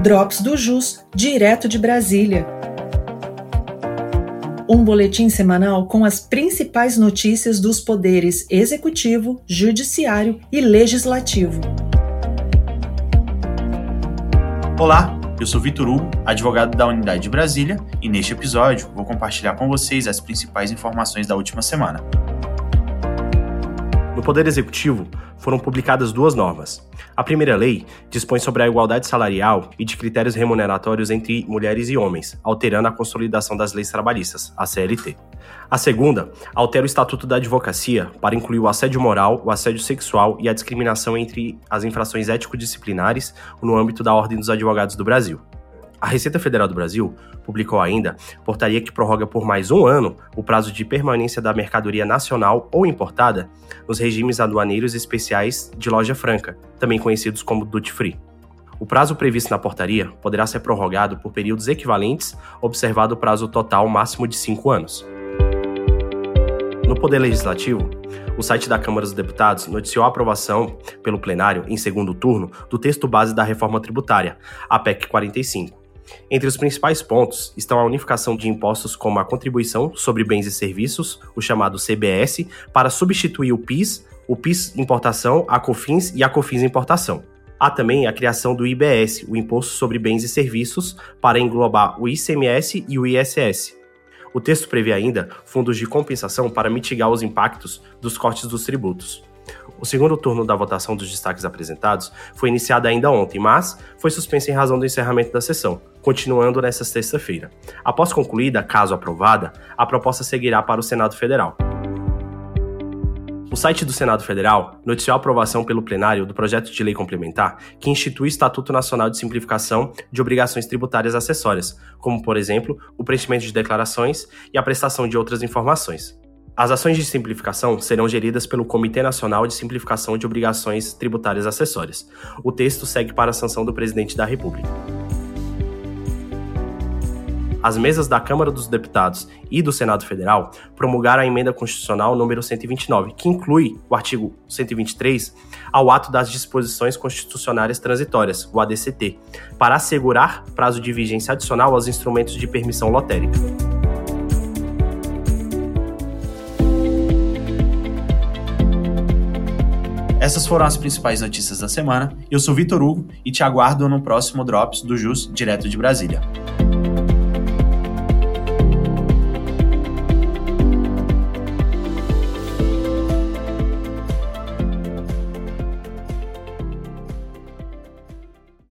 Drops do Jus, direto de Brasília. Um boletim semanal com as principais notícias dos poderes executivo, judiciário e legislativo. Olá, eu sou Vitor Hugo, advogado da Unidade de Brasília, e neste episódio vou compartilhar com vocês as principais informações da última semana. No Poder Executivo, foram publicadas duas normas. A primeira lei dispõe sobre a igualdade salarial e de critérios remuneratórios entre mulheres e homens, alterando a consolidação das leis trabalhistas, a CLT. A segunda altera o Estatuto da Advocacia para incluir o assédio moral, o assédio sexual e a discriminação entre as infrações ético-disciplinares no âmbito da Ordem dos Advogados do Brasil. A Receita Federal do Brasil publicou ainda portaria que prorroga por mais um ano o prazo de permanência da mercadoria nacional ou importada nos regimes aduaneiros especiais de loja franca, também conhecidos como duty free. O prazo previsto na portaria poderá ser prorrogado por períodos equivalentes, observado o prazo total máximo de 5 anos. No Poder Legislativo, o site da Câmara dos Deputados noticiou a aprovação pelo plenário, em segundo turno, do texto base da reforma tributária, a PEC 45. Entre os principais pontos estão a unificação de impostos como a contribuição sobre bens e serviços, o chamado CBS, para substituir o PIS importação, a COFINS e a COFINS importação. Há também a criação do IBS, o Imposto sobre Bens e Serviços, para englobar o ICMS e o ISS. O texto prevê ainda fundos de compensação para mitigar os impactos dos cortes dos tributos. O segundo turno da votação dos destaques apresentados foi iniciado ainda ontem, mas foi suspenso em razão do encerramento da sessão, continuando nesta sexta-feira. Após concluída, caso aprovada, a proposta seguirá para o Senado Federal. O site do Senado Federal noticiou a aprovação pelo plenário do projeto de lei complementar que institui o Estatuto Nacional de Simplificação de Obrigações Tributárias Acessórias, como, por exemplo, o preenchimento de declarações e a prestação de outras informações. As ações de simplificação serão geridas pelo Comitê Nacional de Simplificação de Obrigações Tributárias Acessórias. O texto segue para a sanção do Presidente da República. As mesas da Câmara dos Deputados e do Senado Federal promulgaram a Emenda Constitucional número 129, que inclui o artigo 123 ao ato das Disposições Constitucionárias Transitórias, o ADCT, para assegurar prazo de vigência adicional aos instrumentos de permissão lotérica. Essas foram as principais notícias da semana. Eu sou Vitor Hugo e te aguardo no próximo Drops do Jus, direto de Brasília.